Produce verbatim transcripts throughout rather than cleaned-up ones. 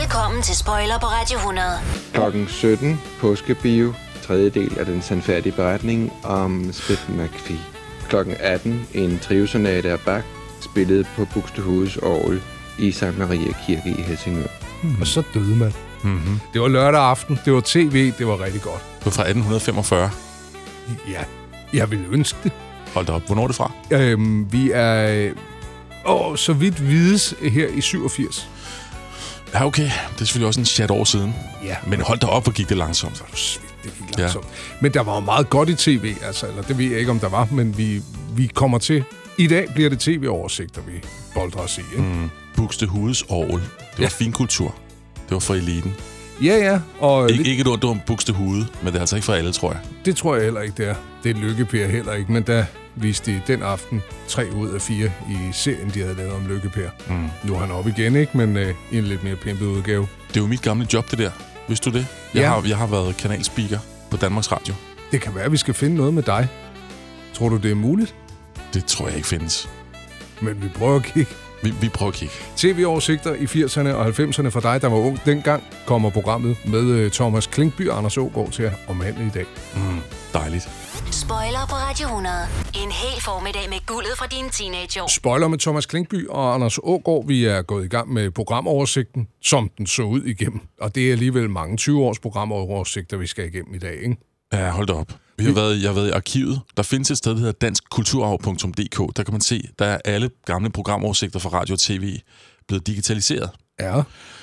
Velkommen til Spoiler på Radio hundrede. Klokken sytten, påskebio, tredje del af den sandfærdige beretning om Smith McPhee. Klokken atten, en trivsonate af Bach, spillet på Buxtehudes orgel i Sankt Maria Kirke i Helsingør. Mm. Og så døde man. Mm-hmm. Det var lørdag aften, det var tv, det var rigtig godt. Det var fra atten femogfyrre. Ja, jeg ville ønske det. Hold da op. Hvornår er det fra? Øhm, vi er åh, så vidt vides her i syvogfirs. Ja, okay. Det er selvfølgelig også en chat år siden. Ja. Men hold da op, hvor gik det langsomt. Det gik langsomt. Ja. Men der var jo meget godt i tv, altså. Eller det ved jeg ikke, om der var, men vi, vi kommer til... I dag bliver det tv-oversigter, vi boldrer os i. Ikke? Mm. Buxtehudes orgel. Det var ja. fin kultur. Det var for eliten. Ja, ja. Og Ik- lidt... Ikke et ondt om Buxtehude, men det er altså ikke for alle, tror jeg. Det tror jeg heller ikke, det er. Det er Lykke-Per heller ikke, men der viste de den aften tre ud af fire i serien, de havde lavet om Lykke-Per. Mm. Nu er han op igen, ikke? Men øh, i en lidt mere pimpet udgave. Det er jo mit gamle job, det der. Vidste du det? Jeg, ja. har, jeg har været kanalspeaker på Danmarks Radio. Det kan være, at vi skal finde noget med dig. Tror du, det er muligt? Det tror jeg ikke findes. Men vi prøver at kigge. Vi, vi prøver at kigge. tv-oversigter i firserne og halvfemserne for dig, der var ung dengang, kommer programmet med Thomas Klinkby og Anders Aagaard til at omhandle i dag. Mm, dejligt. Spoiler på Radio hundrede. En hel formiddag med guldet fra dine teenageår. Spoiler med Thomas Klinkby og Anders Aagaard. Vi er gået i gang med programoversigten, som den så ud igennem. Og det er alligevel mange tyve års programoversigter, vi skal igennem i dag, ikke? Ja, hold da op. Vi har været, jeg har været i arkivet. Der findes et sted, der hedder dansk kulturarv punktum d k. Der kan man se, der er alle gamle programoversigter fra radio og tv blevet digitaliseret. Ja.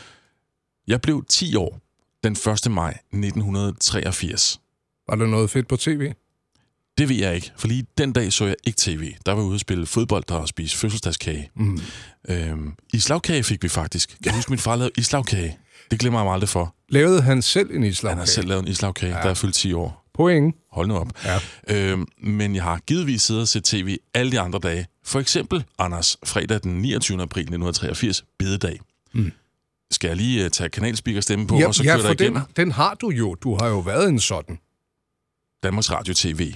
Jeg blev ti år den første maj nitten treogfirs. Var der noget fedt på tv? Det ved jeg ikke, for lige den dag så jeg ikke tv. Der var jeg ude og spille fodbold og spise fødselsdagskage. Mm. Øhm, islagkage fik vi faktisk. Jeg husker, min far lavede islagkage. Det glemmer jeg mig aldrig for. Lavede han selv en islagkage? Han har selv lavet en islagkage, ja. Da jeg fyldte ti år. Point. Hold nu op. Ja. Øhm, men jeg har givetvis siddet og set tv alle de andre dage. For eksempel, Anders, fredag den niogtyvende april nitten treogfirs, bededag. Mm. Skal jeg lige uh, tage kanalspeakerstemme på, ja, og så ja, kører der igennem? Den, den har du jo. Du har jo været en sådan. Danmarks Radio T V.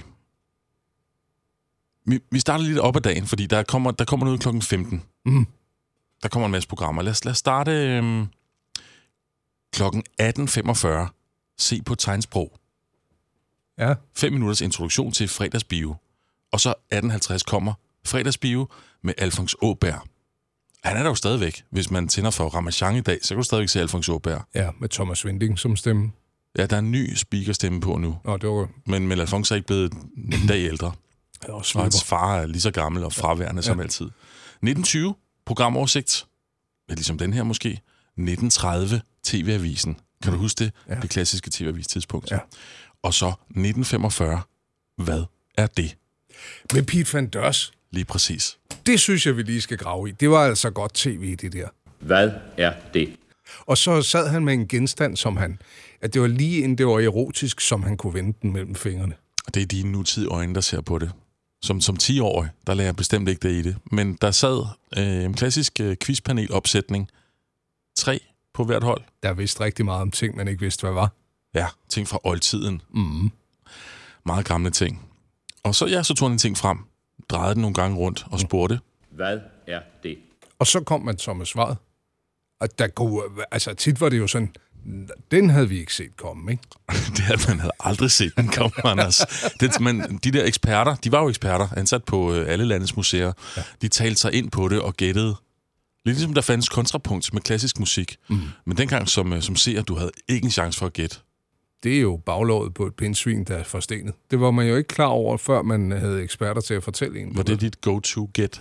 Vi, vi starter lidt op ad dagen, fordi der kommer, der kommer noget klokken femten. Mm. Der kommer en masse programmer. Lad os, lad os starte øhm, klokken atten femogfyrre. Se på tegnsprog. Ja. Fem minutters introduktion til fredagsbio. Og så atten halvtreds kommer fredagsbio med Alfons Åberg. Han er der jo stadigvæk. Hvis man tænder for Ramachan i dag, så kan du stadigvæk se Alfons Åberg. Ja, med Thomas Winding som stemme. Ja, der er en ny speakerstemme på nu. Nå, det var... Men, men Alfons er ikke blevet en dag ældre. Og hans far er lige så gammel og fraværende ja. som altid. nitten tyve, programoversigt. Ligesom den her måske. nitten tredive, T V-avisen. Kan du huske det? Ja. Det klassiske T V-avis-tidspunkt. Ja. Og så nitten femogfyrre. Hvad er det? Med Piet van Deurs. Lige præcis. Det synes jeg, vi lige skal grave i. Det var altså godt tv, det der. Hvad er det? Og så sad han med en genstand, som han... At det var lige inden det var erotisk, som han kunne vende den mellem fingrene. Det er dine nutidige øjne, der ser på det. Som, som ti-årig, der lagde jeg bestemt ikke det i det. Men der sad øh, en klassisk øh, quizpanel-opsætning. Tre på hvert hold. Der vidste rigtig meget om ting, man ikke vidste, hvad var. Ja, ting fra oldtiden. Mm. Meget gamle ting. Og så, ja, så tog han en ting frem, drejede den nogle gange rundt og spurgte. Hvad er det? Og så kom man så med svaret. Og der kunne, altså tit var det jo sådan, den havde vi ikke set komme, ikke? Det havde man havde aldrig set den komme, Anders. Det, men de der eksperter, de var jo eksperter, ansat på øh, alle landets museer. Ja. De talte sig ind på det og gættede. Lidt ligesom der fandtes kontrapunkt med klassisk musik. Mm. Men dengang som, som seer, du havde ikke en chance for at gætte. Det er jo baglåget på et pindsvin, der er forstenet. Det var man jo ikke klar over, før man havde eksperter til at fortælle en. Var det dit go-to-gæt?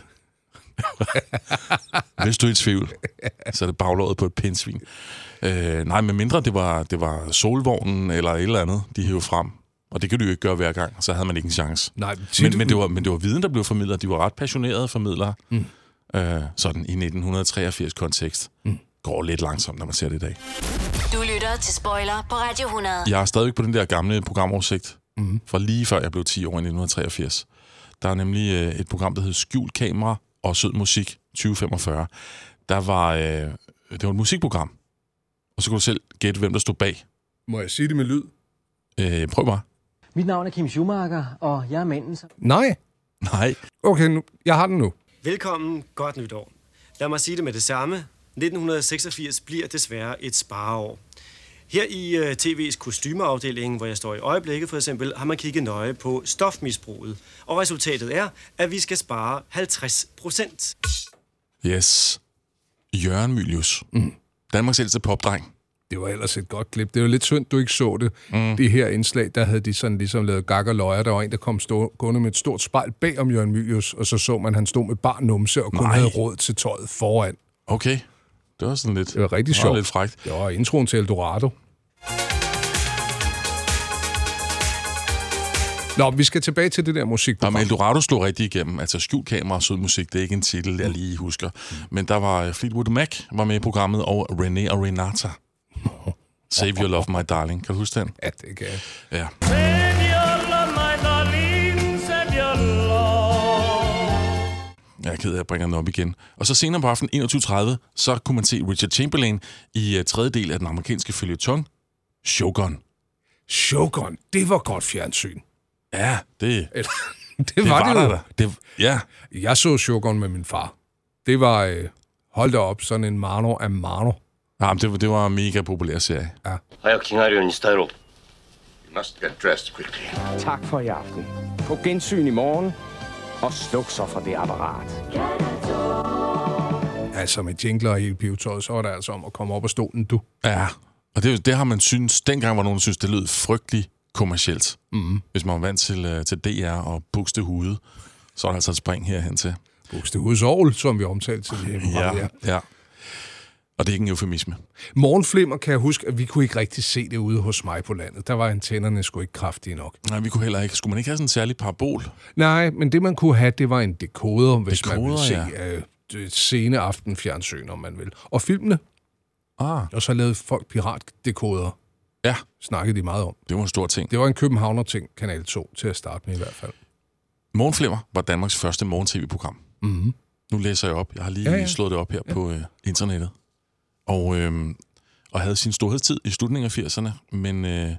Hvis du er i tvivl, så er det baglåget på et pindsvin. Øh, nej, med mindre det var, det var solvognen eller et eller andet, de hævde frem. Og det kan du jo ikke gøre hver gang, så havde man ikke en chance. Nej, men, men, det var, men det var viden, der blev formidlet. De var ret passionerede formidlere. Mm. Øh, sådan i nitten treogfirs-kontekst. Mm. Går lidt langsomt, når man ser det i dag. Du lytter til Spoiler på Radio hundrede. Jeg er stadigvæk på den der gamle programoversigt. Mm. Fra lige før jeg blev ti år i nitten treogfirs. Der er nemlig øh, et program, der hed Skjult kamera og sød musik tyve femogfyrre. Der var, øh, det var et musikprogram. Og så kunne du selv gætte, hvem der stod bag. Må jeg sige det med lyd? Øh, prøv bare. Mit navn er Kim Schumacher, og jeg er manden, som... Nej. Nej. Okay, nu, jeg har den nu. Velkommen, godt nytår. Lad mig sige det med det samme. nitten seksogfirs bliver desværre et spareår. Her i uh, T V's kostymeafdeling, hvor jeg står i øjeblikket for eksempel, har man kigget nøje på stofmisbruget. Og resultatet er, at vi skal spare halvtreds procent. Yes. Jørgen Mylius. Mm. Danmarks ældste popdreng. Det var ellers et godt klip. Det var lidt synd, du ikke så det. Mm. Det her indslag, der havde de sådan ligesom lavet gak og løjer. Der var en, der kom stå, gående med et stort spejl bag om Jørgen Mylius, og så så man, at han stod med bar numse og kun Nej. havde råd til tøjet foran. Okay. Det var sådan lidt... Det var rigtig sjovt. Det var lidt frækt. Det var introen til Eldorado. Nå, vi skal tilbage til det der musikprogram. Jamen, Eldorado slog rigtig igennem. Altså, skjult kamera og sød musik, det er ikke en titel, jeg lige husker. Men der var Fleetwood Mac var med i programmet, og René og Renata. Save Your Love, My Darling. Kan du huske den? Ja, det kan jeg. Ja. Save your love, my darling, save your love. Jeg er ked af, at jeg bringer den op igen. Og så senere på aftenen enogtyve tredive, så kunne man se Richard Chamberlain i uh, tredje del af den amerikanske føljeton, Shogun. Shogun, det var godt fjernsyn. Ja, det... det, det var, var det jo. Der. Det, ja. Jeg så Shogun med min far. Det var, øh, hold da op, sådan en mano af mano. Ja, men det, det var en mega populær serie. Ja. You must get dressed quickly. Tak for i aften. På gensyn i morgen, og sluk så for det apparat. Altså med jingler og hele pivetøjet, så var det altså om at komme op af stolen, du. Ja, og det, det har man synes, dengang var nogen, der synes, det lød frygtelig kommercielt. Mm-hmm. Hvis man var vant til, til D R og Buxtehude, så er der altså et spring herhen til. Buxtehudes Aarhus, som vi omtalte til det. Ja, ja, ja. Og det er ikke en eufemisme. Morgenflimmer kan jeg huske, at vi kunne ikke rigtig se det ude hos mig på landet. Der var antennerne sgu ikke kraftige nok. Nej, vi kunne heller ikke. Skulle man ikke have sådan en særlig parabol? Nej, men det man kunne have, det var en dekoder, hvis dekoder, man ville se ja. øh, sene aften fjernsyn, om man vil. Og filmene. Ah. Og så lavede folk piratdekoder. Ja. Snakkede de meget om. Det var en stor ting. Det var en københavner-ting, Kanal to, til at starte med i hvert fald. Morgenflimmer var Danmarks første morgen-tv-program. Mm-hmm. Nu læser jeg op. Jeg har lige ja, ja. slået det op her ja. på øh, internettet. Og, øh, og havde sin storhedstid i slutningen af firserne, men øh,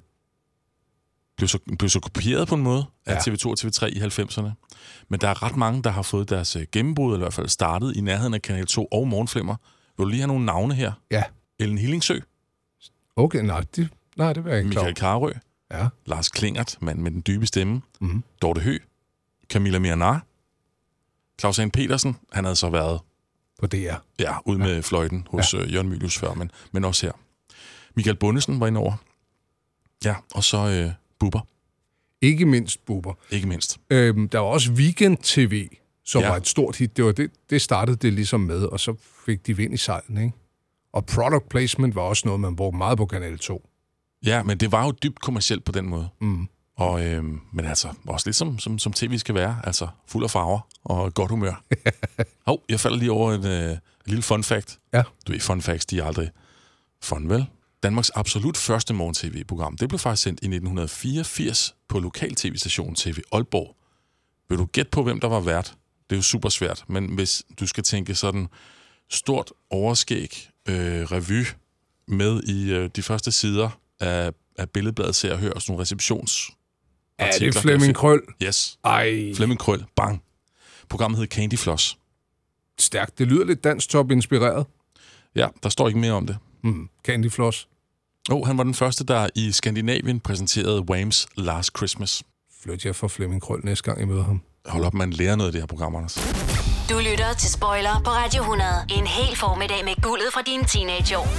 blev, så, blev så kopieret på en måde af ja. T V to og T V tre i halvfemserne. Men der er ret mange, der har fået deres øh, gennembrud, eller i hvert fald startet i nærheden af Kanal to og Morgenflimmer. Vil du lige have nogle navne her? Ja. Ellen Hillingsø. Okay, nej, det, nej, det var jeg ikke Michael Carøe. Ja. Lars Klingert, mand med den dybe stemme. Mm-hmm. Dorte Høgh. Camilla Mianar. Claus Hagen Petersen. Han havde så været på D R. Ja, ud med ja. fløjten hos ja. uh, Jørgen Mylius før, men, men også her. Michael Bundesen var inde over. Ja, og så uh, Bubber. Ikke mindst Bubber. Ikke mindst. Øhm, der var også Weekend T V, som ja. var et stort hit. Det, var det, det startede det ligesom med, og så fik de vind i sejlen, ikke? Og product placement var også noget, man brugte meget på Kanal to. Ja, men det var jo dybt kommercielt på den måde. Mm. Og, øh, men altså, også lidt som, som, som tv skal være. Altså, fuld af farver og godt humør. Hov, oh, jeg falder lige over et, øh, et lille fun fact. Ja. Du ved, fun facts, de er aldrig fun, vel? Danmarks absolut første morgen-tv-program, det blev faktisk sendt i nitten fireogfirs på lokal-tv-stationen T V Aalborg. Vil du gætte på, hvem der var vært? Det er jo super svært, men hvis du skal tænke sådan stort overskæg øh, revy med i øh, de første sider af, af billedbladet, ser og hører sådan nogle receptions... Ja, det er Flemming Krøll. Yes. Ej. Flemming Krøll. Bang. Programmet hed Candy Floss. Stærkt. Det lyder lidt dansk top inspireret. Ja, der står ikke mere om det. Mm. Candy Floss. Oh, han var den første, der i Skandinavien præsenterede Whams Last Christmas. Flyt jeg for Flemming Krøll næste gang, jeg møder ham. Hold op, man lærer noget af det her program, Anders. Du lytter til Spoiler på Radio hundrede. En hel formiddag med guldet fra dine teenageår.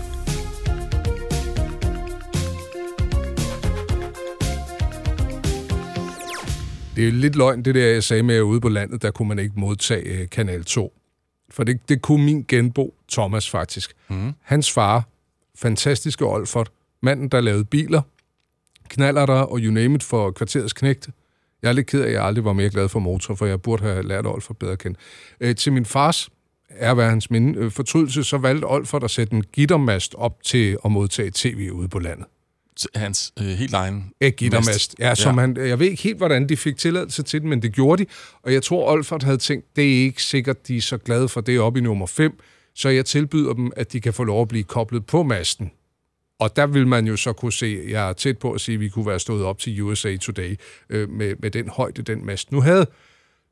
Det er lidt løgn, det der, jeg sagde med, at ude på landet, der kunne man ikke modtage uh, Kanal to. For det, det kunne min genbo, Thomas, faktisk. Mm. Hans far, fantastiske Olfert, manden, der lavede biler, knallerter og you name it for kvarterets knægte. Jeg er lidt ked af, at jeg aldrig var mere glad for motor, for jeg burde have lært Olfert bedre at kende. Uh, til min fars, er hvad hans minde, uh, fortrydelse, så valgte Olfert at sætte en gittermast op til at modtage tv ude på landet. Hans øh, helt egen Æg gittermast. Ja, som ja. Han, jeg ved ikke helt, hvordan de fik tilladelse til det, men det gjorde de. Og jeg tror, Olfert havde tænkt, det er ikke sikkert, de er så glade for det oppe i nummer fem, så jeg tilbyder dem, at de kan få lov at blive koblet på masten. Og der vil man jo så kunne se, jeg er tæt på at sige, at vi kunne være stået op til U S A Today øh, med, med den højde, den mast nu havde.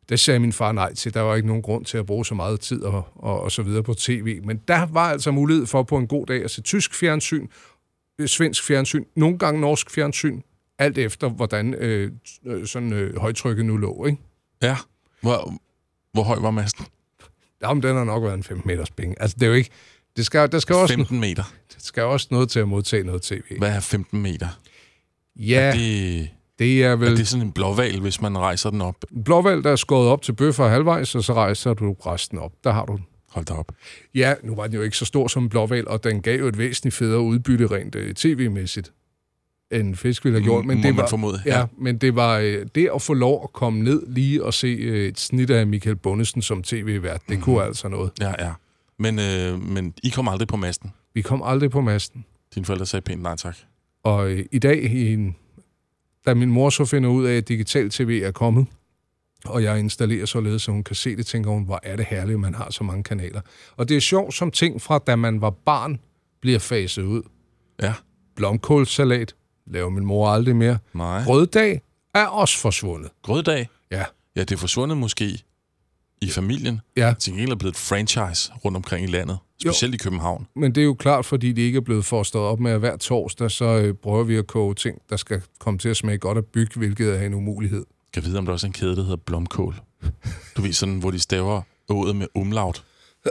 Det sagde min far nej til. Der var ikke nogen grund til at bruge så meget tid og, og, og så videre på tv. Men der var altså mulighed for på en god dag at se tysk fjernsyn, svensk fjernsyn, nogle gange norsk fjernsyn, alt efter, hvordan øh, sådan øh, højtrykket nu lå, ikke? Ja. Hvor, hvor høj var masten? Jamen, den har nok været en femten meters penge. Altså, det er jo ikke... Det skal, der skal også, femten meter? Det skal også noget til at modtage noget tv. Hvad er femten meter? Ja, er det, det er vel... Er det sådan en blåval, hvis man rejser den op? Blåval, der er skåret op til bøffer halvvejs, og så rejser du resten op. Der har du den. Hold da op. Ja, nu var den jo ikke så stor som en blåval, og den gav jo et væsentligt federe udbytte rent uh, tv-mæssigt, end fisk ville have gjort. Men må det man var, formode. Ja, ja, men det var uh, det at få lov at komme ned lige og se uh, et snit af Michael Bundesen som tv-vært. Det mm. kunne altså noget. Ja, ja. Men, øh, men I kom aldrig på masten? Vi kom aldrig på masten. Dine forældre sagde pænt nej tak. Og øh, i dag, i en, da min mor så finder ud af, at digital tv er kommet, og jeg installerer således, så hun kan se det, tænker hun, hvor er det herligt, at man har så mange kanaler. Og det er sjovt som ting fra, da man var barn, bliver faset ud. Ja. Blomkålsalat laver min mor aldrig mere. Nej. Grøddag er også forsvundet. Grøddag? Ja. Ja, det er forsvundet måske i familien. Ja. Til gengæld er blevet et franchise rundt omkring i landet. Specielt jo. I København. Men det er jo klart, fordi de ikke er blevet fostret op med, at hver torsdag, så øh, prøver vi at koge ting, der skal komme til at smage godt af byg, hvilket er en umulighed. Jeg kan vide, om der også er en kæde, der hedder Blomkål. Du ved sådan, hvor de staver ået med umlaut.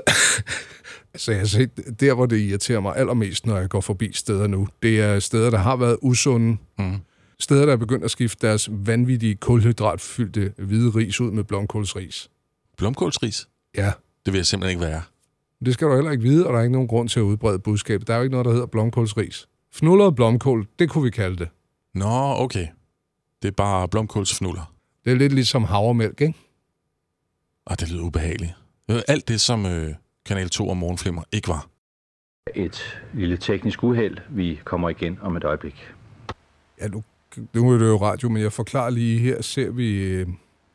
Så jeg ser, der, hvor det irriterer mig allermest, når jeg går forbi steder nu, det er steder, der har været usunde. Mm. Steder, der er begyndt at skifte deres vanvittige kulhydratfyldte hvide ris ud med blomkålsris. Blomkålsris? Ja. Det vil jeg simpelthen ikke være. Det skal du heller ikke vide, og der er ikke nogen grund til at udbrede budskabet. Der er jo ikke noget, der hedder blomkålsris. Fnulleret blomkål, det kunne vi kalde det. Nå, okay. Det er bare blomkålsfnuller. Det er lidt ligesom havremælk, ikke? Og det lyder ubehageligt. Alt det, som øh, Kanal to og Morgenflimmer ikke var. Et lille teknisk uheld. Vi kommer igen om et øjeblik. Ja, nu, nu er det jo radio, men jeg forklarer lige. Her ser vi øh,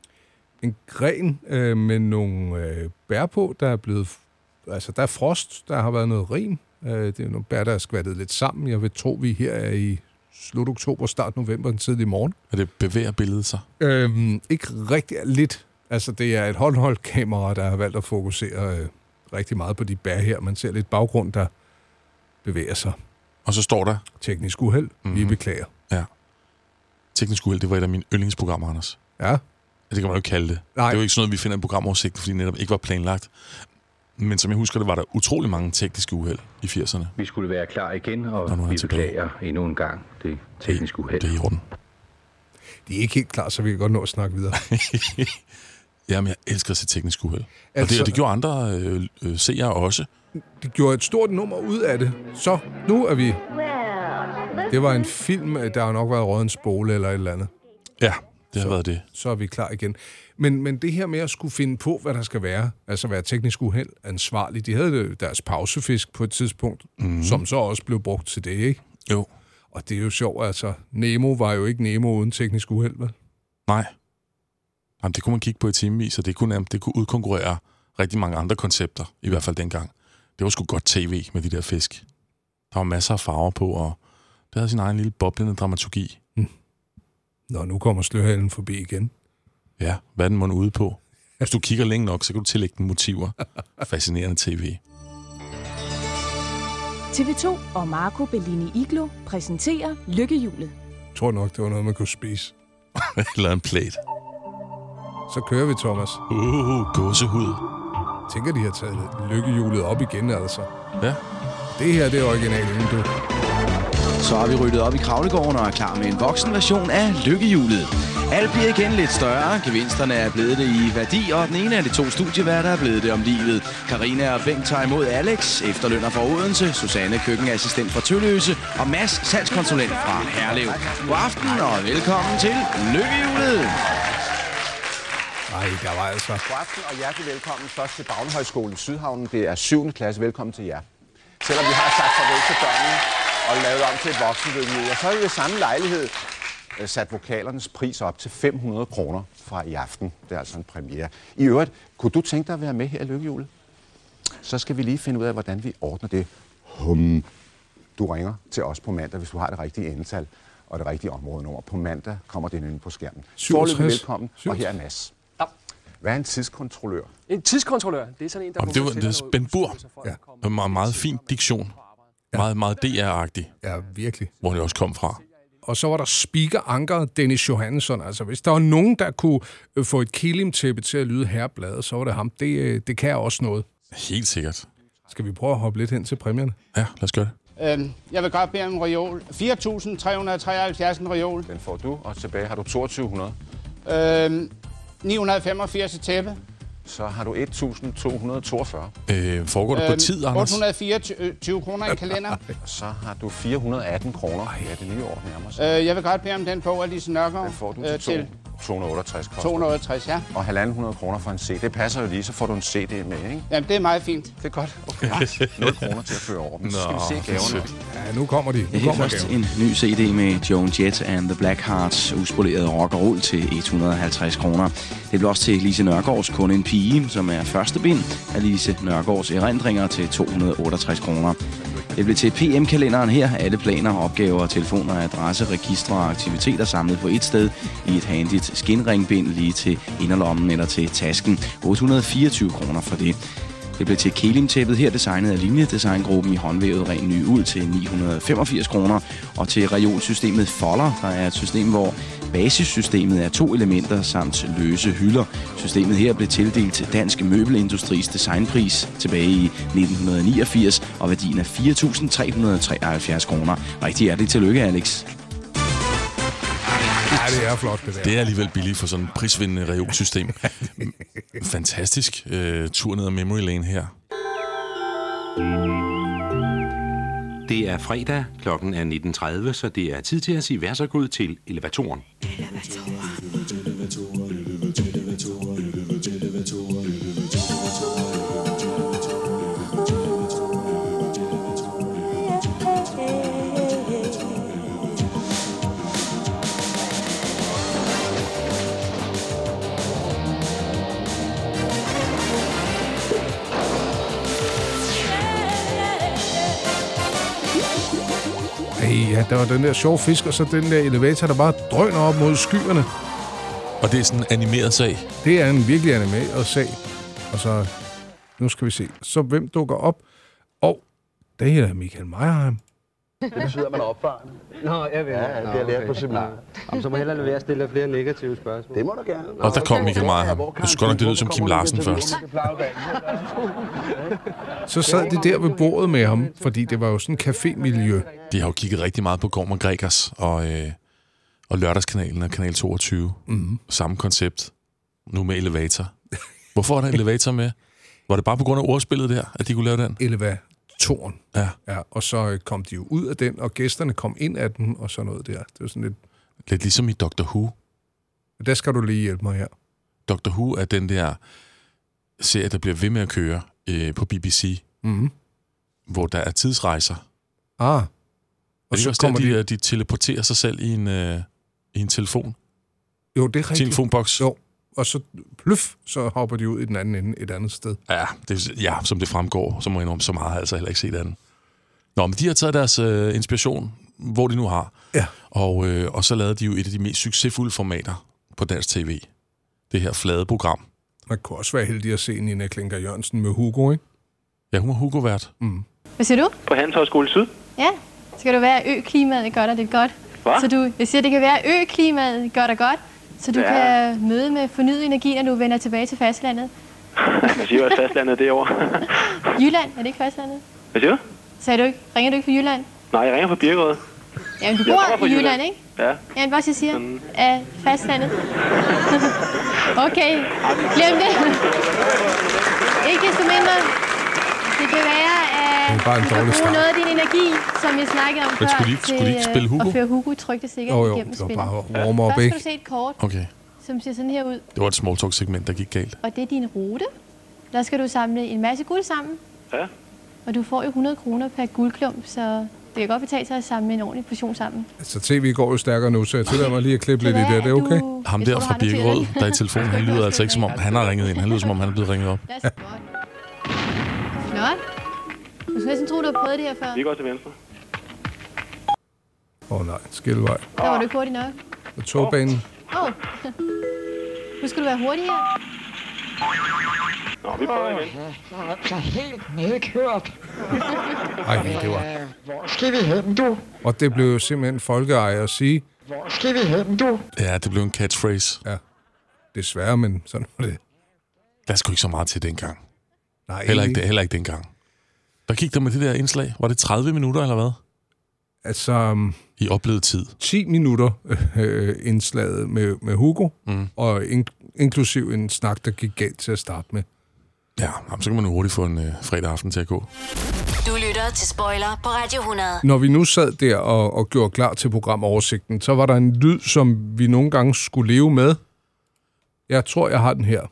en gren øh, med nogle øh, bær på, der er blevet... Altså, der er frost, der har været noget rim. Øh, det er nogle bær, der er skvattet lidt sammen. Jeg vil tro, vi her er i slut oktober, start november, en tidlig morgen. Og det bevæger billedet sig? Øhm, ikke rigtig lidt. Altså, det er et håndholdt kamera, der har valgt at fokusere øh, rigtig meget på de bær her. Man ser lidt baggrund, der bevæger sig. Og så står der? Teknisk uheld. Mm-hmm. Vi beklager. Ja. Teknisk uheld, det var et af mine yndlingsprogrammer, Anders. Ja. Det kan man jo ikke kalde det. Nej. Det er jo ikke sådan noget, vi finder en programoversigt, fordi det netop ikke var planlagt. Men som jeg husker, det var der utrolig mange tekniske uheld i firserne. Vi skulle være klar igen, og vi beklager endnu en gang det tekniske uheld. Det er i orden. De er ikke helt klar, så vi kan godt nå at snakke videre. Jamen, jeg elsker at se teknisk uheld. Altså, og, det, og det gjorde andre øh, øh, seere også. De gjorde et stort nummer ud af det. Så, nu er vi... Det var en film, der har nok været Rødens Spole eller et eller andet. Ja, det har så, været det. Så er vi klar igen. Men, men det her med at skulle finde på, hvad der skal være, altså være teknisk uheld, ansvarlig, de havde deres pausefisk på et tidspunkt, mm. som så også blev brugt til det, ikke? Jo. Og det er jo sjovt, altså. Nemo var jo ikke Nemo uden teknisk uheld, vel? Nej. Jamen, det kunne man kigge på i timevis, og det kunne, det kunne udkonkurrere rigtig mange andre koncepter, i hvert fald dengang. Det var sgu godt tv med de der fisk. Der var masser af farver på, og det havde sin egen lille boblende dramaturgi. Mm. Nå, nu kommer slørhalen forbi igen. Ja, hvad er den mon ude på? Hvis du kigger længe nok, så kan du tillægge den motiver. Fascinerende tv. T V to og Marco Bellini Iglo præsenterer Lykkehjulet. Jeg tror nok, det var noget, man kunne spise. Eller en plate. Så kører vi, Thomas. Uh, gåsehud. Tænker, de har taget Lykkehjulet op igen, altså. Ja. Det her, det er originalen, du. Så har vi ryddet op i kravlegården og er klar med en voksen version af Lykkehjulet. Alt bliver igen lidt større. Gevinsterne er blevet det i værdi, og den ene af de to studieværter er blevet det om livet. Karina og Bengt tager imod Alex, efterlønner fra Odense, Susanne, køkkenassistent fra Tølløse, og Mads, salgskonsulent fra Herlev. God aften og velkommen til Lykkehjulet. Nej, der var altså... God aften og hjertelig velkommen først til Bavnehøjskolen Sydhavnen. Det er syvende klasse. Velkommen til jer. Selvom vi har sagt farvel til børnene og lavet om til et voksenlykkehjul, så har vi ved samme lejlighed sat vokalernes pris op til fem hundrede kroner fra i aften. Det er altså en premiere. I øvrigt, kunne du tænke dig at være med her i Lykkehjulet? Så skal vi lige finde ud af, hvordan vi ordner det. Hum. Du ringer til os på mandag, hvis du har det rigtige endetal og det rigtige områdenummer. På mandag kommer det inde på skærmen. Foreløbig velkommen, og her er Mads. Ja. Hvad er en tidskontrollør? En tidskontrollør, det er sådan en, der... Jamen, det var det er Ben Burr. Ja. Meget, meget fin diktion. Ja. Meget, meget D R-agtig. Ja, virkelig. Hvor det også kom fra. Og så var der speaker-anker Dennis Johansson. Altså, hvis der var nogen, der kunne få et kilimtæppe til at lyde herrebladet, så var det ham. Det, det kan også noget. Helt sikkert. Skal vi prøve at hoppe lidt hen til præmierne? Ja, lad os gøre det. Øhm, jeg vil godt bede om en reol. fire tusind tre hundrede treoghalvfjerds en reol. Den får du, og tilbage har du toogtyve hundrede. Øhm, ni hundrede femogfirs et tæppe. Så har du et tusind to hundrede toogfyrre. Øh, foregår det på øhm, tid, Anders? otte hundrede fireogtyve kroner i en kalender. Så har du fire hundrede atten kroner. Ja, det nye år nærmer sig. Øh, jeg vil godt bede om den bog af Lise Nørgaard. Den får du øh, til, to hundrede otteogtres koster. to hundrede otteogtres, ja. Og halvanden hundrede kroner for en C D. Det passer jo lige, så får du en C D med, ikke? Jamen, det er meget fint. Det er godt. Okay. nul kroner til at føre over dem. Så skal vi se gaverne. Ja, nu kommer de. Nu ja, kommer først en ny C D med Joan Jett and the Blackhearts, uspoleret rock og roll til et hundrede og halvtreds kroner. Det blev også til Lise Nørgaards Kun en pige, som er første bind af Lise Nørgaards erindringer til to hundrede og otteogtres kroner. Det blev til P M-kalenderen her. Alle planer, opgaver, telefoner, adresse, registre og aktiviteter samlet på et sted i et handigt skinringbind lige til inderlommen eller til tasken. otte hundrede og fireogtyve kroner for det. Det blev til kelimtæppet her, designet af Linjedesigngruppen i håndvævet ren ny uld til ni hundrede og femogfirs kroner. Og til reolsystemet Folder, der er et system, hvor basissystemet er to elementer samt løse hylder. Systemet her blev tildelt Dansk Møbelindustris designpris tilbage i nitten niogfirs, og værdien er fire tusind tre hundrede og treoghalvfjerds kroner. Rigtig hjertelig tillykke, Alex. Ja, det er flot, det der. Det er alligevel billigt for sådan et prisvindende reolsystem. Fantastisk uh, tur ned ad memory lane her. Det er fredag, klokken er nitten tredive, så det er tid til at sige værsågod til elevatoren. Ja, der var den der sjove fisk, og så den der elevator, der bare drøner op mod skyerne. Og det er sådan en animeret sag? Det er en virkelig animeret sag. Og så, nu skal vi se. Så hvem dukker op? Og det er Michael Meyerheim. Det betyder, at man er opfarende. Nå, jeg ved. Ja, det har jeg lært på seminaret. Jamen, så må hellere være at stille flere negative spørgsmål. Det må du gerne. Og der kom Michael Meyerheim. Jeg synes godt nok, det lød som Kim Larsen først. Så sad de der ved bordet med ham, fordi det var jo sådan en café-miljø. De har jo kigget rigtig meget på Gorm og Gregers og, øh, og Lørdagskanalen og Kanal toogtyve. Mm-hmm. Samme koncept. Nu med elevator. Hvorfor er der elevator med? Var det bare på grund af ordspillet der, at de kunne lave den? Elevatoren. Ja. Ja. Og så kom de jo ud af den, og gæsterne kom ind af den, og sådan noget der. Det var sådan lidt... Lidt ligesom i Doctor Who. Der skal du lige hjælpe mig her. Doctor Who er den der serie, der bliver ved med at køre øh, på B B C. Mm-hmm. Hvor der er tidsrejser. Ah. Og det så også kommer der, de, de teleporterer sig selv i en, øh, i en telefon? Jo, det er rigtigt. Telefonboks? Jo, og så pløf, så hopper de ud i den anden ende et andet sted. Ja, det, ja som det fremgår, så må jeg indrømme, så meget har jeg altså heller ikke set anden. Nå, men de har taget deres øh, inspiration, hvor de nu har. Ja. Og, øh, og så lavede de jo et af de mest succesfulde formater på dansk tv. Det her flade program. Man kunne også være heldig at se Nina Klinker Jørgensen med Hugo, ikke? Ja, hun er Hugo-vært. Mm. Hvad siger du? På Handelshøjskole Syd. Ja, så kan du være ø-klimaet er godt, og det er godt. Hvad? Så du, jeg siger, det kan være ø-klimaet godt og godt, så du ja. kan møde med fornyet energi, når du vender tilbage til fastlandet. Hvad siger du, at fastlandet derovre? Jylland, er det ikke fastlandet? Hvad siger du? Sagde du ikke? Ringer du ikke fra Jylland? Nej, jeg ringer fra Birkerød. Jamen, du bor i Jylland, Jylland, ikke? Ja. Jamen, hvad jeg siger? Mm. Af fastlandet. Okay, glem det. Ikke desto mindre. Det kan være, at du kan bruge noget af din energi, som jeg snakkede om Men før, skulle de, til skulle de ikke spille Hugo? at føre Hugo trygte sikkert oh, jo, igennem spillet. Jo, det var bare warm up, Først ikke? skal du se et kort, okay. som ser sådan her ud. Det var et small talk segment, der gik galt. Og det er din rute. Der skal du samle en masse guld sammen. Ja. Og du får jo hundrede kroner per guldklump, så det kan godt betale sig at samle en ordentlig portion sammen. Så tv går jo stærkere nu, så jeg tillader mig lige at klippe lidt i det. Det er okay? Du... Ham der fra Birkerød, der er i telefonen, han lyder altså ikke som om, han har ringet ind. Han lyder som om, han er blevet ringet op. Flot. Du skal næsten tro, du har prøvet det her før. Vi går til venstre. Åh oh, nej, skillevej. Der var du ikke hurtig nok. Og togbanen. Åh. Oh. Nu skal du være hurtig her. Nå, vi prøver igen. Så helt nedkørt. Ej, det var... Hvor skal vi hen, du? Og det blev jo simpelthen folkeeje at sige... Hvor skal vi hen, du? Ja, det blev en catchphrase. Ja, desværre, men sådan var det. Der er sgu ikke så meget til dengang. Nej, heller ikke, heller ikke dengang. Der gik der med det der indslag. Var det tredive minutter, eller hvad? Altså... Um, I oplevet tid. ti minutter øh, indslaget med, med Hugo, mm. og in, inklusiv en snak, der gik galt til at starte med. Ja, så kan man jo hurtigt få en øh, fredag aften til at gå. Du lytter til Spoiler på Radio hundrede. Når vi nu sad der og, og gjorde klar til programoversigten, så var der en lyd, som vi nogle gange skulle leve med. Jeg tror, jeg har den her.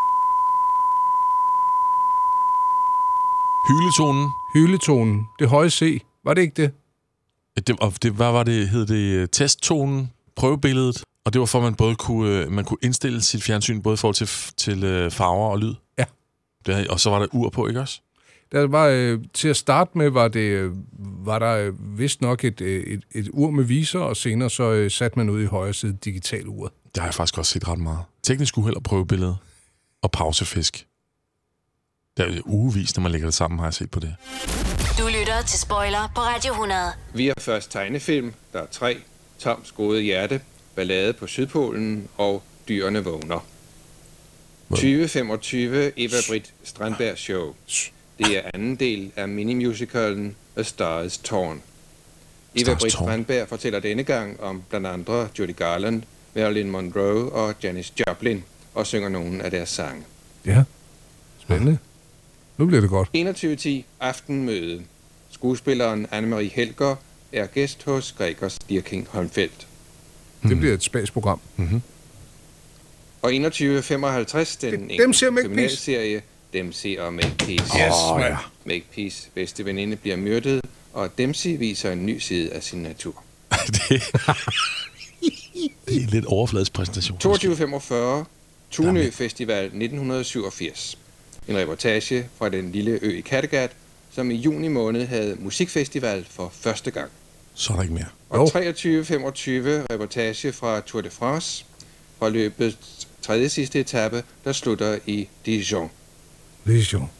Hyletonen. Hyletonen. Det høje C. Var det ikke det? Det, og det, hvad var det? Hed det testtonen, prøvebilledet? Og det var for, at man både kunne, man kunne indstille sit fjernsyn, både i forhold til, til farver og lyd? Ja. Det, og så var der ur på, ikke også? Der var, øh, til at starte med, var, det, øh, var der øh, vist nok et, øh, et, et ur med viser, og senere så øh, satte man ud i højre side digital ur. Det har jeg faktisk også set ret meget. Teknisk uheld og prøvebillede. Og pausefisk. Det er jo ugevis, når man lægger det sammen, har jeg set på det. Du lytter til Spoiler på Radio hundrede. Vi har først tegnefilm, der er tre, Toms gode hjerte, Ballade på Sydpolen og Dyrene vågner. tyve femogtyve Eva Britt Strandberg Show. Det er anden del af minimusicalen A Star is Torn. Eva Britt Strandberg fortæller denne gang om blandt andre Judy Garland, Marilyn Monroe og Janis Joplin, og synger nogle af deres sange. Ja, spændende. Nu bliver det godt. enogtyve ti Aftenmøde. Skuespilleren Anne-Marie Helger er gæst hos Gregers Dirking Holmfeldt. Det bliver et spagsprogram. Mm-hmm. Og enogtyve femoghalvtreds den engelske kriminalserie Dempsey og Makepeace. Yes, oh, ja. Makepeace bedste veninde bliver myrdet, og Dempsey viser en ny side af sin natur. det, det er en lidt overfladisk præsentation. toogtyve femogfyrre Tunø Festival nitten syvogfirs. En reportage fra den lille ø i Kattegat, som i juni måned havde musikfestival for første gang. Så er der ikke mere. Og treogtyve femogtyve reportage fra Tour de France, fra løbets tredje sidste etape, der slutter i Dijon. Dijon.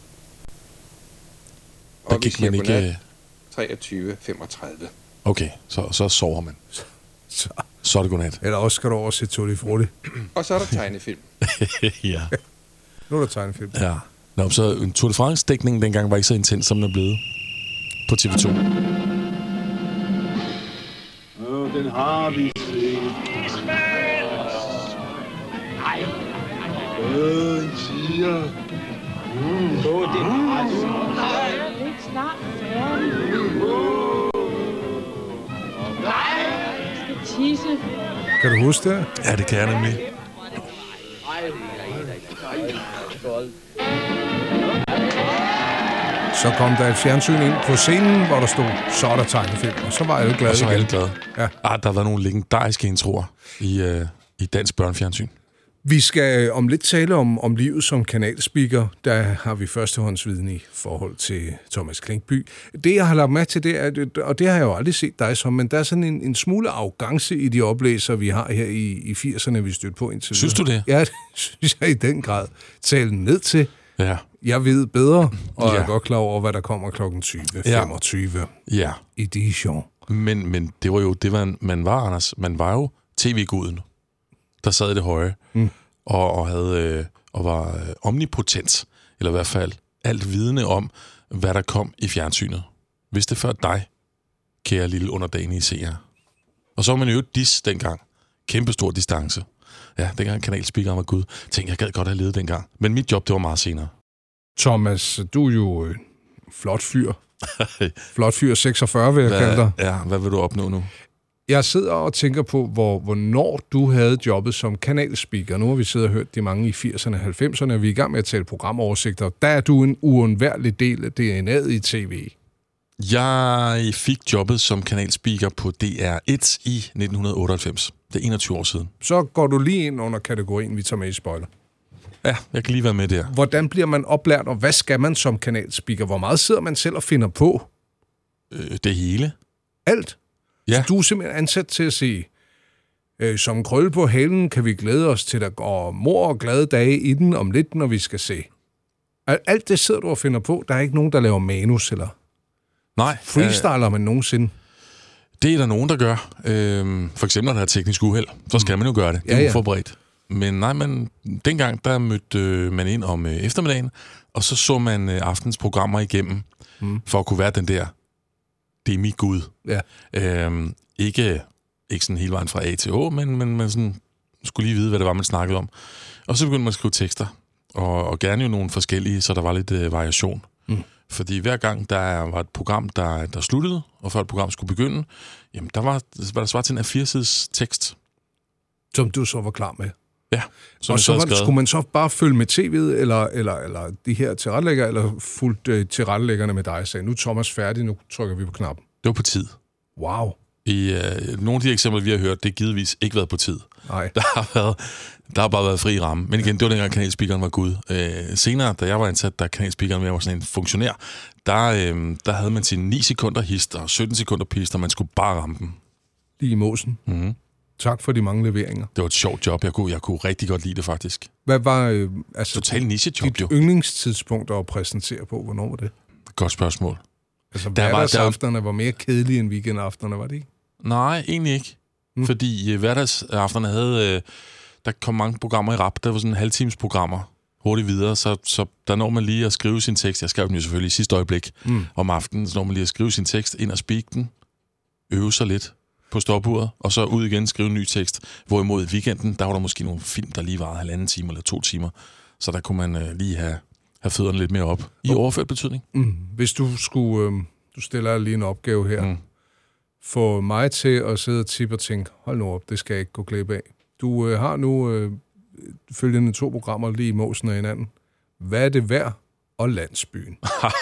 Og der gik man ikke... treogtyve femogtredive. Okay, så, så sover man. Så. så er det godnat. Eller også skal du over se Tour de France. Og så er der tegnefilm. ja. Nu er der tegnefilm. Ja. Nå, så en Tour de France-dækning dengang var ikke så intens, som den er blevet på T V to. Åh, den har vi set. Nej. Åh, en tiger. Mm, åh, den har vi set. Nej, det er ikke snart færdig. Nej, jeg skal tisse. Kan du huske det? Ja, det kan jeg nemlig. Så kom der et fjernsyn ind på scenen, hvor der stod, så er der tegnefilm. Og så var alle glade. Og så var alle glade. Ja. Ah, der var nogle legendariske introer i, øh, i dansk børnefjernsyn. Vi skal om lidt tale om, om livet som kanalspeaker. Der har vi førstehåndsviden i forhold til Thomas Klinkby. Det, jeg har lagt mærke til, det er, og det har jeg jo aldrig set dig som, men der er sådan en, en smule arrogance i de oplæser, vi har her i, i firserne, vi stødte på indtil. Synes du det? Ja, det synes jeg i den grad. Tale ned til. Ja. Jeg ved bedre, og ja. Jeg er godt klar over, hvad der kommer klokken tyve femogtyve ja. i Dijon. Men, men det var jo det, man, man var, Anders. Man var jo tv-guden, der sad i det høje, mm. og, og, havde, øh, og var øh, omnipotent, eller i hvert fald alt vidne om, hvad der kom i fjernsynet. Vidste før dig, kære lille underdanige seere. Og så var man jo dis dengang. Kæmpestor distance. Ja, dengang kanalspeakeren var gud. Tænkte, jeg gad godt have levet dengang. Men mit job, det var meget senere. Thomas, du er jo øh, flot fyr. Flot fyr seksogfyrre, vil jeg hvad, kalde dig. Ja, hvad vil du opnå nu? Jeg sidder og tænker på, hvor, hvornår du havde jobbet som kanalspeaker. Nu har vi siddet og hørt de mange i firserne og halvfemserne, og vi er i gang med at tale programoversigter. Der er du en uundværlig del af D N A'et i tv. Jeg fik jobbet som kanalspeaker på D R et i nitten otteoghalvfems. Det er enogtyve år siden. Så går du lige ind under kategorien, vi tager med i spoiler. Ja, jeg kan lige være med der. Hvordan bliver man oplært, og hvad skal man som kanalspeaker? Hvor meget sidder man selv og finder på? Øh, det hele. Alt? Ja. Så du er simpelthen ansat til at sige, Øh, som krølle på halen kan vi glæde os til, der går mor og glade dage i den om lidt, når vi skal se. Alt det sidder du og finder på. Der er ikke nogen, der laver manus, eller Nej. freestyler øh, man nogensinde? Det er der nogen, der gør. Øhm, for eksempel, når der er teknisk uheld, så skal man jo gøre det. Det er ja, ja. uforberedt. Men nej, men dengang, der mødte øh, man ind om øh, eftermiddagen, og så så man øh, aftens programmer igennem, mm. for at kunne være den der demigud. Ja. Øhm, ikke, ikke sådan hele vejen fra A til Å, men, men man sådan, skulle lige vide, hvad det var, man snakkede om. Og så begyndte man at skrive tekster, og, og gerne jo nogle forskellige, så der var lidt øh, variation. Mm. Fordi hver gang der var et program, der, der sluttede, og før et program skulle begynde, jamen der var, var der svar til en A fire sides tekst. Som du så var klar med? Ja. Og så var, skulle man så bare følge med tv'et, eller, eller, eller de her tilrettelæggere, eller fulgt uh, tilrettelæggerne med dig og sagde, nu er Thomas færdig, nu trykker vi på knappen? Det var på tid. Wow. I uh, nogle af de eksempler, vi har hørt, det har givetvis ikke været på tid. Nej. Der har, været, der har bare været fri ramme. Men igen, det var dengang kanalspeakeren var gud. Uh, senere, da jeg var ansat, da kanalspeakeren var sådan en funktionær, der, uh, der havde man sine ni sekunder hist og sytten sekunder pist, og man skulle bare ramme dem. Lige i mosen. Mhm. Tak for de mange leveringer. Det var et sjovt job. Jeg kunne, jeg kunne rigtig godt lide det, faktisk. Hvad var øh, altså, Total niche-job, dit jo. yndlingstidspunkt at præsentere på? Hvornår var det? Godt spørgsmål. Altså, hverdagsafterne var mere kedelige end weekendafterne, var det ikke? Nej, egentlig ikke. Mm. Fordi øh, hverdagsafterne havde... Øh, der kom mange programmer i rap. Der var sådan halvtimes programmer hurtigt videre, så, så der når man lige at skrive sin tekst. Jeg skrev den jo selvfølgelig i sidste øjeblik mm. om aftenen. Så når man lige at skrive sin tekst, ind og speak den, øve sig lidt på stopuret, og så ud igen skrive en ny tekst. Hvorimod i weekenden, der var der måske nogle film, der lige varede halvanden time eller to timer. Så der kunne man øh, lige have, have fødderne lidt mere op. I oh. overført betydning. Mm. Hvis du skulle... Øh, du stiller lige en opgave her. Mm. Få mig til at sidde og tippe og tænke, hold nu op, det skal jeg ikke gå glip af. Du øh, har nu øh, følgende to programmer lige i måsen af hinanden. Hvad er det værd? Og Landsbyen.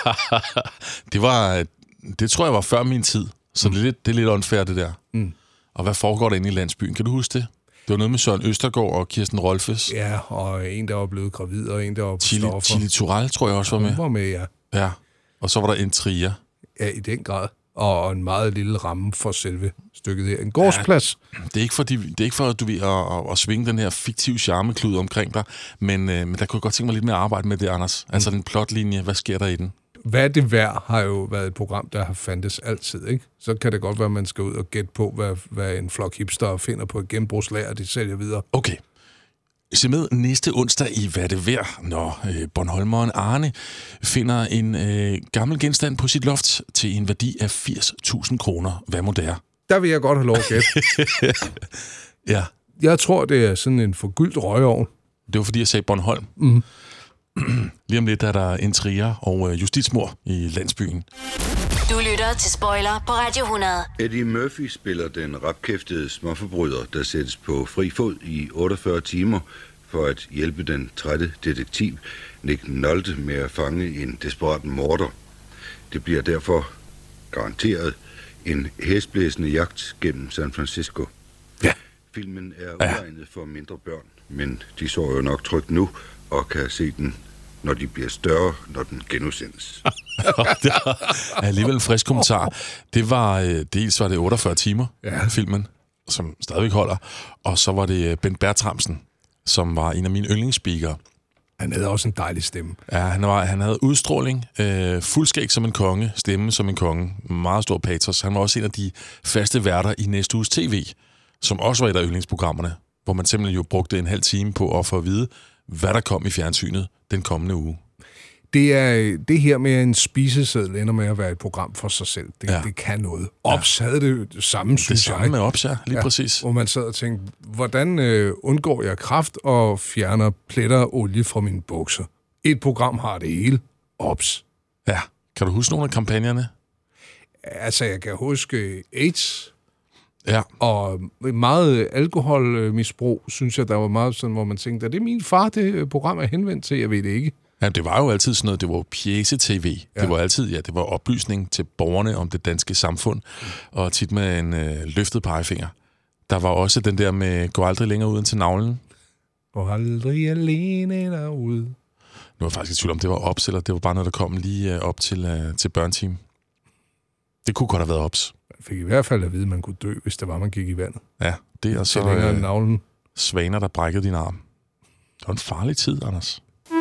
det var... Det tror jeg var før min tid. Så mm. det, er lidt, det er lidt unfair, det der. Mm. Og hvad foregår der inde i Landsbyen? Kan du huske det? Det var noget med Søren Østergaard og Kirsten Rolfes. Ja, og en, der var blevet gravid, og en, der var på Chili, stoffer. Chili Toral, tror jeg også var med. Hun var med, ja. Ja, og så var der Intriger. Ja, i den grad. Og en meget lille ramme for selve stykket her. En gårdsplads. Ja, det er ikke for, det er ikke for at du vil at, at, at svinge den her fiktive charmeklud omkring dig, men, øh, men der kunne jeg godt tænke mig lidt mere at arbejde med det, Anders. Mm. Altså den plotlinje, hvad sker der i den? Hvad er det værd har jo været et program, der har fandtes altid, ikke? Så kan det godt være, at man skal ud og gætte på, hvad, hvad en flok hipster finder på et genbrugslager, de sælger videre. Okay. Se med næste onsdag i Hvad er det værd, når øh, Bornholmeren Arne finder en øh, gammel genstand på sit loft til en værdi af firs tusind kroner. Hvad må det er? Der vil jeg godt have lov at gætte. Ja. Jeg tror, det er sådan en forgyldt røgovn. Det var, fordi jeg sagde Bornholm. Mm. Lige om lidt er der intriger og øh, justitsmord i Landsbyen. Du lytter til Spoiler på Radio hundrede. Eddie Murphy spiller den rapkæftede småforbryder, der sættes på fri fod i otteogfyrre timer for at hjælpe den trætte detektiv Nick Nolte med at fange en desperat morder. Det bliver derfor garanteret en hæsblæsende jagt gennem San Francisco. Ja. Filmen er uegnet for mindre børn, men de så jo nok trygt nu og kan se den, når de bliver større, når den genudsendes. Det er alligevel en frisk kommentar. Det var, dels var det otteogfyrre timer, ja. Filmen, som stadigvæk holder, og så var det Ben Bertramsen, som var en af mine yndlingsspeakere. Han havde også en dejlig stemme. Ja, han, var, han havde udstråling, øh, fuldskæg som en konge, stemme som en konge, meget stor patos. Han var også en af de faste værter i næste uges tv, som også var et af yndlingsprogrammerne, hvor man simpelthen jo brugte en halv time på at få at vide, hvad der kom i fjernsynet den kommende uge. Det er det her med en spiseseddel ender med at være et program for sig selv. Det, ja. det kan noget. Ops havde det, det samme, det synes samme jeg. med Ops, ja. Lige ja, præcis. Hvor man sad og tænkte, hvordan øh, undgår jeg kræft og fjerner pletter olie fra mine bukser? Et program har det hele. Ops. Ja. Kan du huske nogle af kampagnerne? Altså, jeg kan huske AIDS. Ja. Og meget alkoholmisbrug, synes jeg, der var meget sådan, hvor man tænkte, er det min far, det program er henvendt til? Jeg ved det ikke. Ja, det var jo altid sådan noget, det var pjece-tv. Ja. Det var altid, ja, det var oplysning til borgerne om det danske samfund, og tit med en øh, løftet pegefinger. Der var også den der med, gå aldrig længere ud end til navlen. Gå aldrig alene derude. Nu var jeg faktisk i tvivl om, det var Ops, eller det var bare noget, der kom lige øh, op til, øh, til børneteam. Det kunne godt have været Ops. fik i hvert fald at vide, at man kunne dø, hvis det var, man gik i vandet. Ja, det er så øh, navlen. Svaner, der brækkede din arm. Det var en farlig tid, Anders.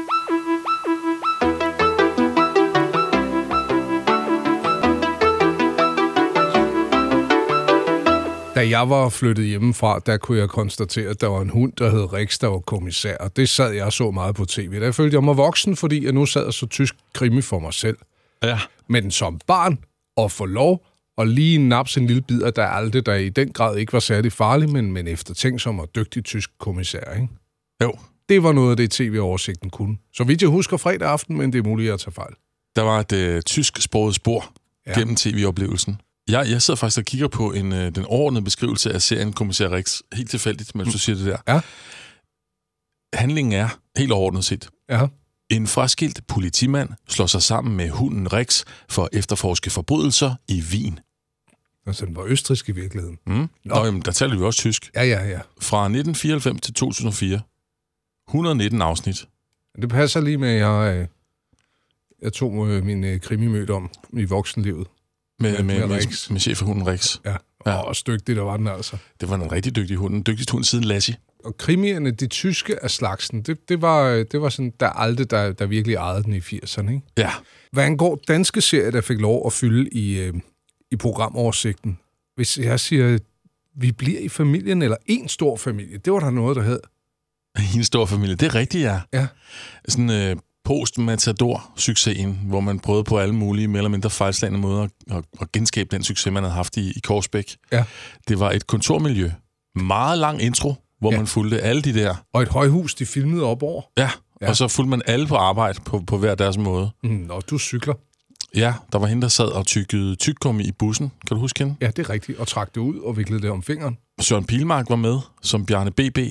Da jeg var flyttet hjemmefra, der kunne jeg konstatere, at der var en hund, der hed Rex, der var kommissær. Og det sad jeg så meget på tv. Der følte jeg mig voksen, fordi jeg nu sad så tysk krimi for mig selv. Ja. Men som barn at få lov og lige napse en lille bid af der aldrig, der i den grad ikke var særlig farlig, men, men eftertænksom og dygtig tysk kommissær, ikke? Jo. Det var noget af det, tv-oversigten kunne. Så vidt jeg husker fredag aften, men det er muligt at tage fejl. Der var et øh, tysk-sproget spor ja. gennem tv-oplevelsen. Jeg, jeg sidder faktisk og kigger på en, øh, den overordnede beskrivelse af serien Kommissær Rex. Helt tilfældigt, mens du siger det der. Ja. Handlingen er, helt overordnet set, ja. en fraskilt politimand slår sig sammen med hunden Rex for at efterforske forbrydelser i Wien. Altså, den var østrigsk i virkeligheden. Mm. Nå, jamen, der taler vi også tysk. Ja, ja, ja. Fra nitten fireoghalvfems til to tusind og fire. et hundrede og nitten afsnit. Det passer lige med, at jeg, jeg tog min krimimøde om i voksenlivet. Med, med, med, med, Rex. med cheferhunden Rex. Ja, ja. Og også dygtig, der var den altså. Det var en rigtig dygtig hund. Den dygtigste hund siden Lassie. Og krimierne, de tyske af slagsen, det, det, var, det var sådan, der aldrig, der, der virkelig ejede den i firserne, ikke? Ja. Hvad angår danske serier, der fik lov at fylde i, øh, i programoversigten. Hvis jeg siger, vi bliver i familien, eller en stor familie, det var der noget, der hed. En stor familie, det er rigtigt, ja. Ja. Sådan øh, post-Matador-succesen, hvor man prøvede på alle mulige, mere eller mindre fejlslagende måder at, at genskabe den succes, man havde haft i, i Korsbæk. Ja. Det var et kontormiljø. Meget lang intro, hvor ja. man fulgte alle de der... Og et højhus, de filmede op over. Ja, ja. Og så fulgte man alle på arbejde på, på hver deres måde. Mm, Nå, du cykler. Ja, der var hende, der sad og tykkede tykkummi i bussen. Kan du huske hende? Ja, det er rigtigt. Og trak det ud og viklede det om fingeren. Søren Pilmark var med som Bjarne B B.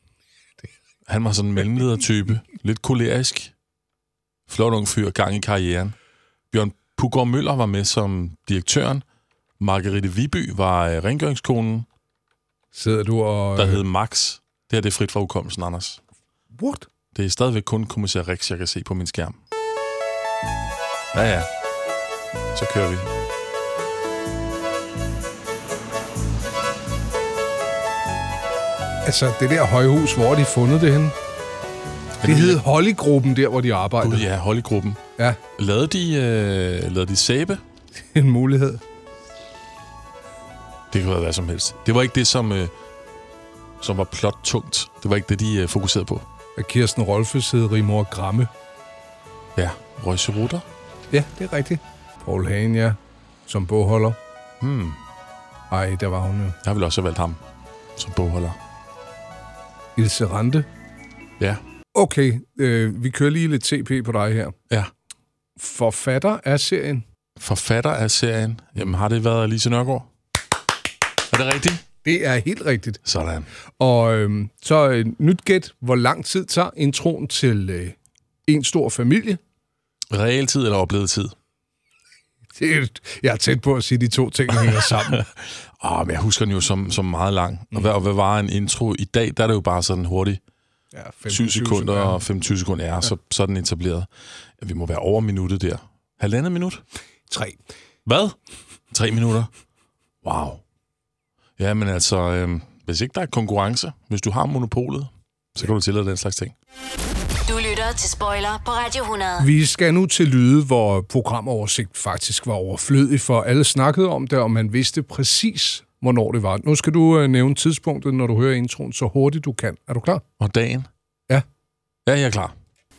Han var sådan en mellemledertype. Lidt kolerisk. Flot ung fyr, gang i karrieren. Bjørn Puggaard Møller var med som direktøren. Margrethe Viby var øh, rengøringskonen. Sidder du og... Der hed Max. Det her det er frit fra hukommelsen, Anders. What? Det er stadigvæk kun kommissær Rex, jeg kan se på min skærm. Ja, ja. Så kører vi. Altså, det der højhus, hvor har de fundet det henne? Det hed Hollygruppen, der hvor de arbejdede. Gud ja, Hollygruppen. Ja. Lavede de, øh, lavede de sæbe? En mulighed. Det kunne være hvad som helst. Det var ikke det, som, øh, som var plot-tungt. Det var ikke det, de øh, fokuserede på. At Kirsten Rolfes hed Rimor Gramme. Ja, Røgserutter. Ja, det er rigtigt. Paul Hagen, ja. Som bogholder. Hmm. Ej, der var hun jo. Jeg ville også have valgt ham som bogholder. Ilse Rante. Ja. Okay, øh, vi kører lige lidt T P på dig her. Ja. Forfatter af serien? Forfatter af serien? Jamen, har det været Lise Nørgaard? Er det rigtigt? Det er helt rigtigt. Sådan. Og øh, så øh, nyt gæt, hvor lang tid tager introen til øh, en stor familie? Realtid eller oplevet tid? Det er, jeg er tæt på at sige, at de to ting hænger sammen. Åh, men jeg husker den jo som, som meget lang. Mm. Og, hvad, og hvad var en intro? I dag, der er det jo bare sådan hurtigt. Ja, syv sekunder ja. og femogtyve sekunder, ja, ja. Så, så er den etableret. Ja, vi må være over minuttet der. Halvandet minut? Tre. Hvad? Tre minutter? Wow. Ja, men altså, øh, hvis ikke der er konkurrence, hvis du har monopolet, så kan du tillade den slags ting. Du lytter til Spoiler på Radio hundrede. Vi skal nu til lyde, hvor programoversigt faktisk var overflødig, for alle snakkede om det, og man vidste præcis, hvornår det var. Nu skal du øh, nævne tidspunktet, når du hører introen, så hurtigt du kan. Er du klar? Og dagen? Ja. Ja, jeg er klar.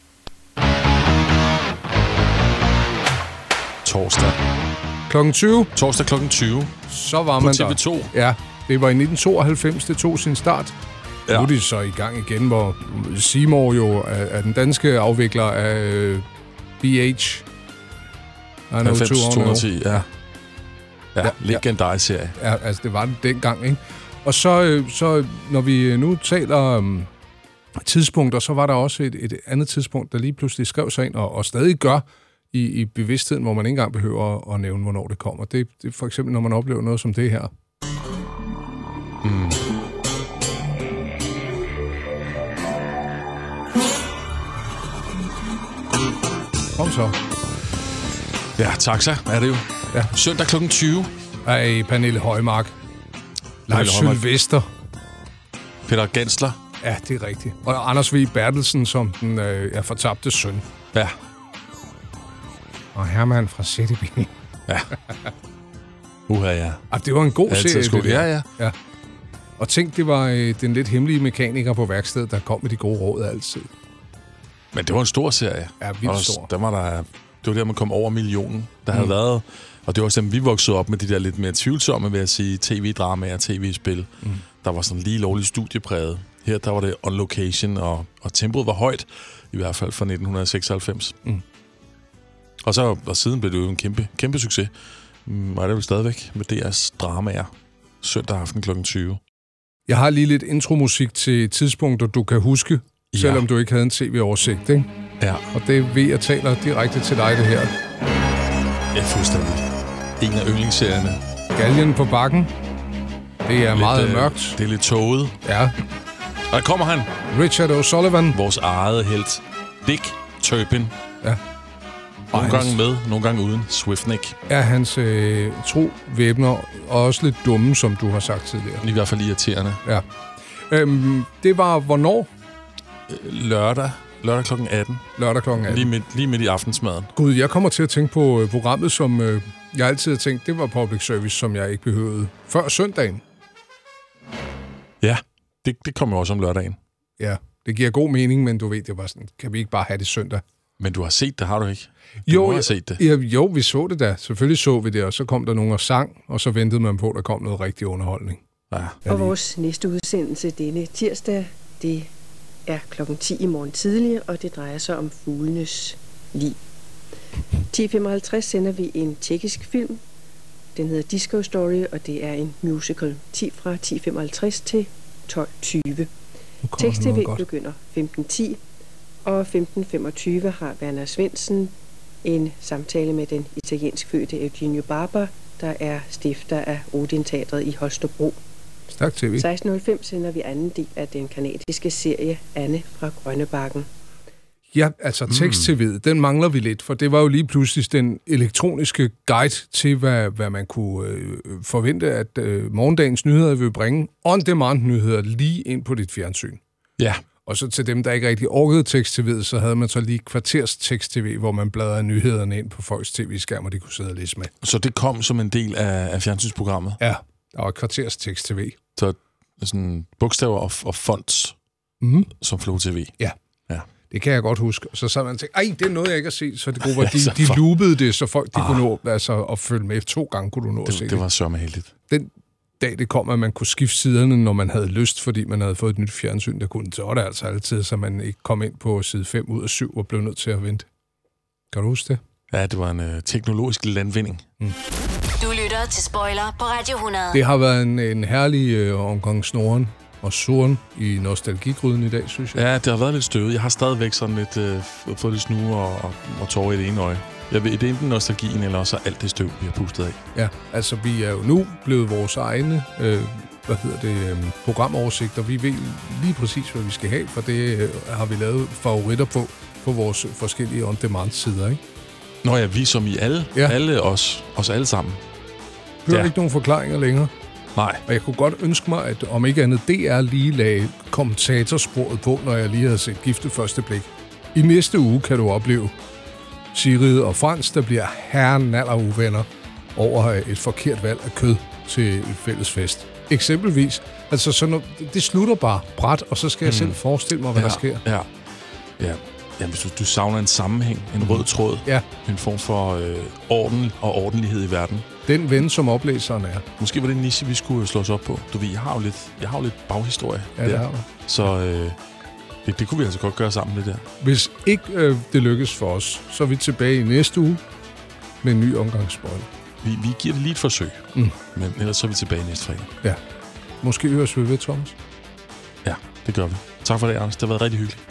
Torsdag. klokken tyve. Torsdag klokken tyve. Så var på man T V to. Der. Ja, det var i nitten tooghalvfems, det tog sin start. Ja. Nu er de så i gang igen, hvor C More jo er, er den danske afvikler af øh, B H. halvfems to hundrede og ti, ja. Ja, ja legendarisk serie. Ja, altså det var den dengang, ikke? Og så, så når vi nu taler om tidspunkter, så var der også et, et andet tidspunkt, der lige pludselig skrev sig ind, og, og stadig gør i, i bevidstheden, hvor man ikke engang behøver at, at nævne, hvornår det kommer. Det, det er for eksempel, når man oplever noget som det her. Mm. Kom så. Ja, taxa er det jo. Ja. Søndag klokken tyve. Ej, Pernille Højmark. Leif Sylvester. Peter Gansler. Ja, det er rigtigt. Og Anders V. Bertelsen som den øh, er fortabte søn. Ja. Og Herman fra Sætteby. Ja. Uha, ja. Ah, det var en god Altid serie. Sku... Ja, ja, ja. Og tænk, det var øh, den lidt hemmelige mekaniker på værkstedet, der kom med de gode råd altid. Men det var en stor serie. Ja, vildt stor. Der var der, det var der, man kom over millionen. Der havde mm. været, og det var også dem, vi voksede op med de der lidt mere tvivlsomme, vil jeg sige, tv-dramaer og tv-spil. Mm. Der var sådan lige lovligt studiepræget. Her, der var det on location, og, og tempoet var højt, i hvert fald fra nitten seksoghalvfems. Mm. Og så og siden blev det jo en kæmpe, kæmpe succes. Mm, og det er vel stadigvæk med D R's dramaer søndag aften klokken tyve. Jeg har lige lidt intromusik til tidspunkter, du kan huske, ja. Selvom du ikke havde en tv-oversigt, ikke? Ja. Og det ved jeg taler direkte til dig, det her. Ja, fuldstændig. En af yndlingsserierne. Galgen på bakken. Det er lidt, meget øh, mørkt. Det er lidt tåget. Ja. Og der kommer han. Richard O'Sullivan. Vores eget helt. Dick Turpin. Ja. Nogle hans... gange med, nogle gange uden. Swiftnick. Er hans øh, tro væbner og også lidt dumme, som du har sagt tidligere. I hvert fald irriterende. Ja. Øhm, det var hvornår? Lørdag. Lørdag klokken atten. Lørdag klokken atten. Lige midt, lige midt i aftensmaden. Gud, jeg kommer til at tænke på øh, programmet, som øh, jeg altid har tænkt, det var public service, som jeg ikke behøvede. Før søndagen. Ja, det, det kommer også om lørdagen. Ja, det giver god mening, men du ved, det var sådan, kan vi ikke bare have det søndag? Men du har set det, har du ikke? Du jo, har set det. Ja, jo, vi så det da. Selvfølgelig så vi det, og så kom der nogen og sang, og så ventede man på, at der kom noget rigtig underholdning. Ja. Og vores næste udsendelse denne tirsdag, det er klokken ti i morgen tidlig, og det drejer sig om fuglenes liv. ti femoghalvtreds sender vi en tjekkisk film. Den hedder Disco Story, og det er en musical. ti fra ti femoghalvtreds til tolv tyve. Tekst-tv begynder femten ti, og femten femogtyve har Werner Svendsen en samtale med den italiensk fødte Eugenio Barber, der er stifter af Odin-teatret i Holstebro. Stærk T V. seksten nul fem sender vi anden del af den kanadiske serie Anne fra Grønnebakken. Ja, altså tekst-tv'et, den mangler vi lidt, for det var jo lige pludselig den elektroniske guide til, hvad, hvad man kunne øh, forvente, at øh, morgendagens nyheder vil bringe on-demand-nyheder lige ind på dit fjernsyn. Ja. Og så til dem, der ikke rigtig orkede tekst-tv'et, så havde man så lige kvarters tekst-tv, hvor man bladrede nyhederne ind på folks tv-skærmer, de kunne sidde og læse med. Så det kom som en del af, af fjernsynsprogrammet? Ja, der var kvarters tekst-tv. Så sådan bogstaver og, og fonts, mm. som Flow T V? Ja. Ja. Det kan jeg godt huske. Så sad man og tænkte, ej, det er noget, jeg ikke har set. Så det gode var, de, de loopede det, så folk de ah. kunne nå altså, at følge med. To gange kunne du nå det, at se det. Det var sørme heldigt. Den dag, det kom, at man kunne skifte siderne, når man havde lyst, fordi man havde fået et nyt fjernsyn, der kunne. Så var det altså altid, så man ikke kom ind på side fem ud af syv og blev nødt til at vente. Kan du huske det? Ja, det var en øh, teknologisk landvinding. Mm. Du lytter til Spoiler på Radio hundrede. Det har været en, en herlig øh, omgang snoren og suren i nostalgigryden i dag, synes jeg. Ja, det har været lidt støvet. Jeg har stadigvæk sådan lidt øh, fået lidt snue og, og, og tårer i det ene øje. Jeg ved, det er enten nostalgien, eller også alt det støv, vi har pustet af. Ja, altså vi er jo nu blevet vores egne øh, hvad hedder det, øh, programoversigter. Vi ved lige præcis, hvad vi skal have, for det øh, har vi lavet favoritter på, på vores forskellige on-demand-sider, ikke? Nå ja, vi som i alle, ja. alle os, os alle sammen. Hører ja. ikke nogen forklaringer længere. Nej. Og jeg kunne godt ønske mig, at om ikke andet D R lige lagde kommentatorsporet på, når jeg lige havde set Gift ved første blik. I næste uge kan du opleve Sigrid og Frans, der bliver herrenaller uvenner over et forkert valg af kød til et fælles fest. Eksempelvis. Altså, så når, det slutter bare brat, og så skal jeg mm. selv forestille mig, hvad ja, der sker. Ja, ja. Ja, hvis du, du savner en sammenhæng, en rød tråd, ja. en form for øh, orden og ordentlighed i verden. Den ven, som oplæseren er. Måske var det en niche, vi skulle slå os op på. Du ved, jeg har jo lidt, jeg har jo lidt baghistorie ja, der. Det har du. Så øh, det, det kunne vi altså godt gøre sammen, det der. Hvis ikke øh, det lykkes for os, så er vi tilbage i næste uge med en ny omgangsspøjle. Vi, vi giver det lige et forsøg, mm. men ellers så er vi tilbage næste fredag. Ja. Måske høres vi ved, Thomas. Ja, det gør vi. Tak for det, Anders. Det har været rigtig hyggeligt.